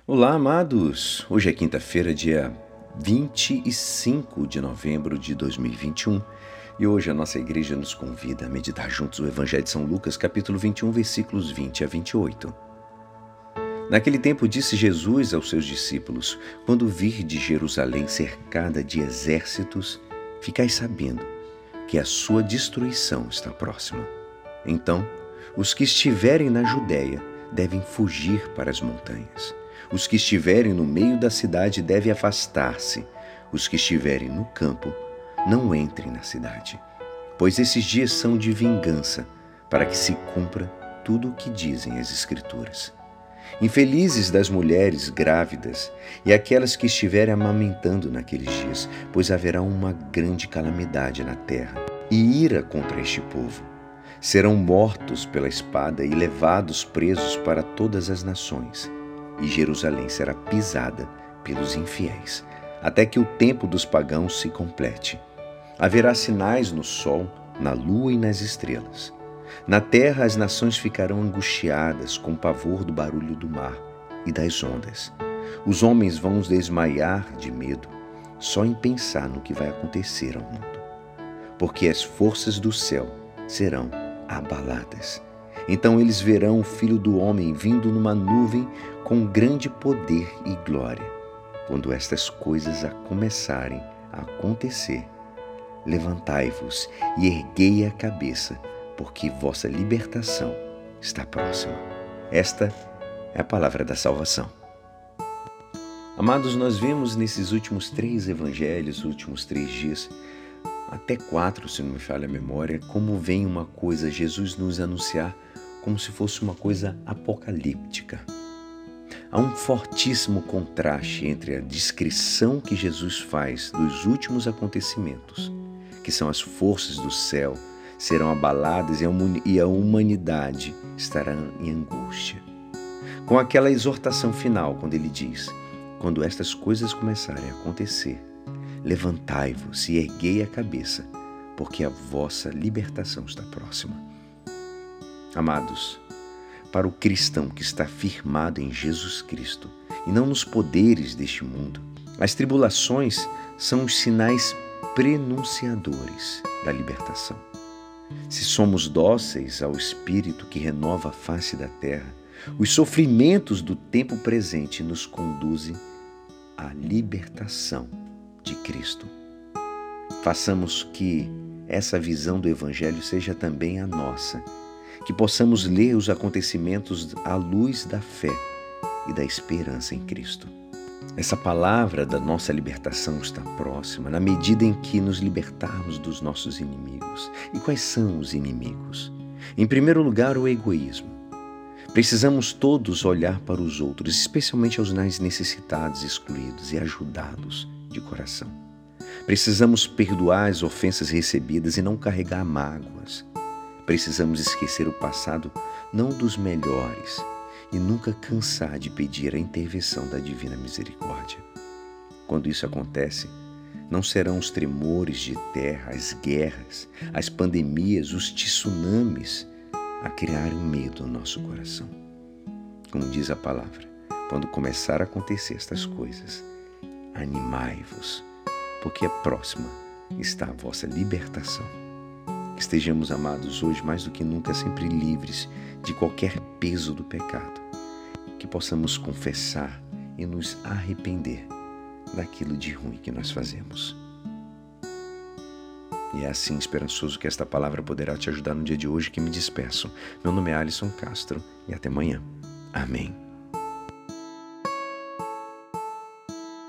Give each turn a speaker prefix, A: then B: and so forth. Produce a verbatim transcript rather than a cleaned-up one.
A: Olá, amados! Hoje é quinta-feira, dia vinte e cinco de novembro de dois mil e vinte e um, e hoje a nossa igreja nos convida a meditar juntos o Evangelho de São Lucas, capítulo vinte e um, versículos vinte a vinte e oito. Naquele tempo disse Jesus aos seus discípulos: Quando vir de Jerusalém cercada de exércitos, ficai sabendo que a sua destruição está próxima. Então, os que estiverem na Judéia devem fugir para as montanhas. Os que estiverem no meio da cidade devem afastar-se. Os que estiverem no campo, não entrem na cidade. Pois esses dias são de vingança, para que se cumpra tudo o que dizem as Escrituras. Infelizes das mulheres grávidas e aquelas que estiverem amamentando naqueles dias, pois haverá uma grande calamidade na terra e ira contra este povo. Serão mortos pela espada e levados presos para todas as nações. E Jerusalém será pisada pelos infiéis, até que o tempo dos pagãos se complete. Haverá sinais no sol, na lua e nas estrelas. Na terra as nações ficarão angustiadas com o pavor do barulho do mar e das ondas. Os homens vão desmaiar de medo só em pensar no que vai acontecer ao mundo, porque as forças do céu serão abaladas. Então eles verão o Filho do Homem vindo numa nuvem com grande poder e glória. Quando estas coisas a começarem a acontecer, levantai-vos e erguei a cabeça, porque vossa libertação está próxima. Esta é a palavra da salvação. Amados, nós vemos nesses últimos três evangelhos, últimos três dias, até quatro, se não me falha a memória, como vem uma coisa, Jesus nos anunciar como se fosse uma coisa apocalíptica. Há um fortíssimo contraste entre a descrição que Jesus faz dos últimos acontecimentos, que são as forças do céu serão abaladas e a humanidade estará em angústia, com aquela exortação final, quando ele diz: quando estas coisas começarem a acontecer, levantai-vos e erguei a cabeça, porque a vossa libertação está próxima. Amados, para o cristão que está firmado em Jesus Cristo e não nos poderes deste mundo, as tribulações são os sinais prenunciadores da libertação. Se somos dóceis ao Espírito que renova a face da terra, os sofrimentos do tempo presente nos conduzem à libertação de Cristo. Façamos que essa visão do Evangelho seja também a nossa, que possamos ler os acontecimentos à luz da fé e da esperança em Cristo. Essa palavra da nossa libertação está próxima, na medida em que nos libertarmos dos nossos inimigos. E quais são os inimigos? Em primeiro lugar, o egoísmo. Precisamos todos olhar para os outros, especialmente aos mais necessitados, excluídos e ajudados de coração. Precisamos perdoar as ofensas recebidas e não carregar mágoas. Precisamos esquecer o passado, não dos melhores, e nunca cansar de pedir a intervenção da divina misericórdia. Quando isso acontece, não serão os tremores de terra, as guerras, as pandemias, os tsunamis a criarem medo no nosso coração. Como diz a palavra, quando começar a acontecer estas coisas, animai-vos, porque próxima está a vossa libertação. Que estejamos, amados, hoje mais do que nunca, sempre livres de qualquer peso do pecado. Que possamos confessar e nos arrepender daquilo de ruim que nós fazemos. E é assim, esperançoso, que esta palavra poderá te ajudar no dia de hoje, que me despeço. Meu nome é Alisson Castro e até amanhã. Amém.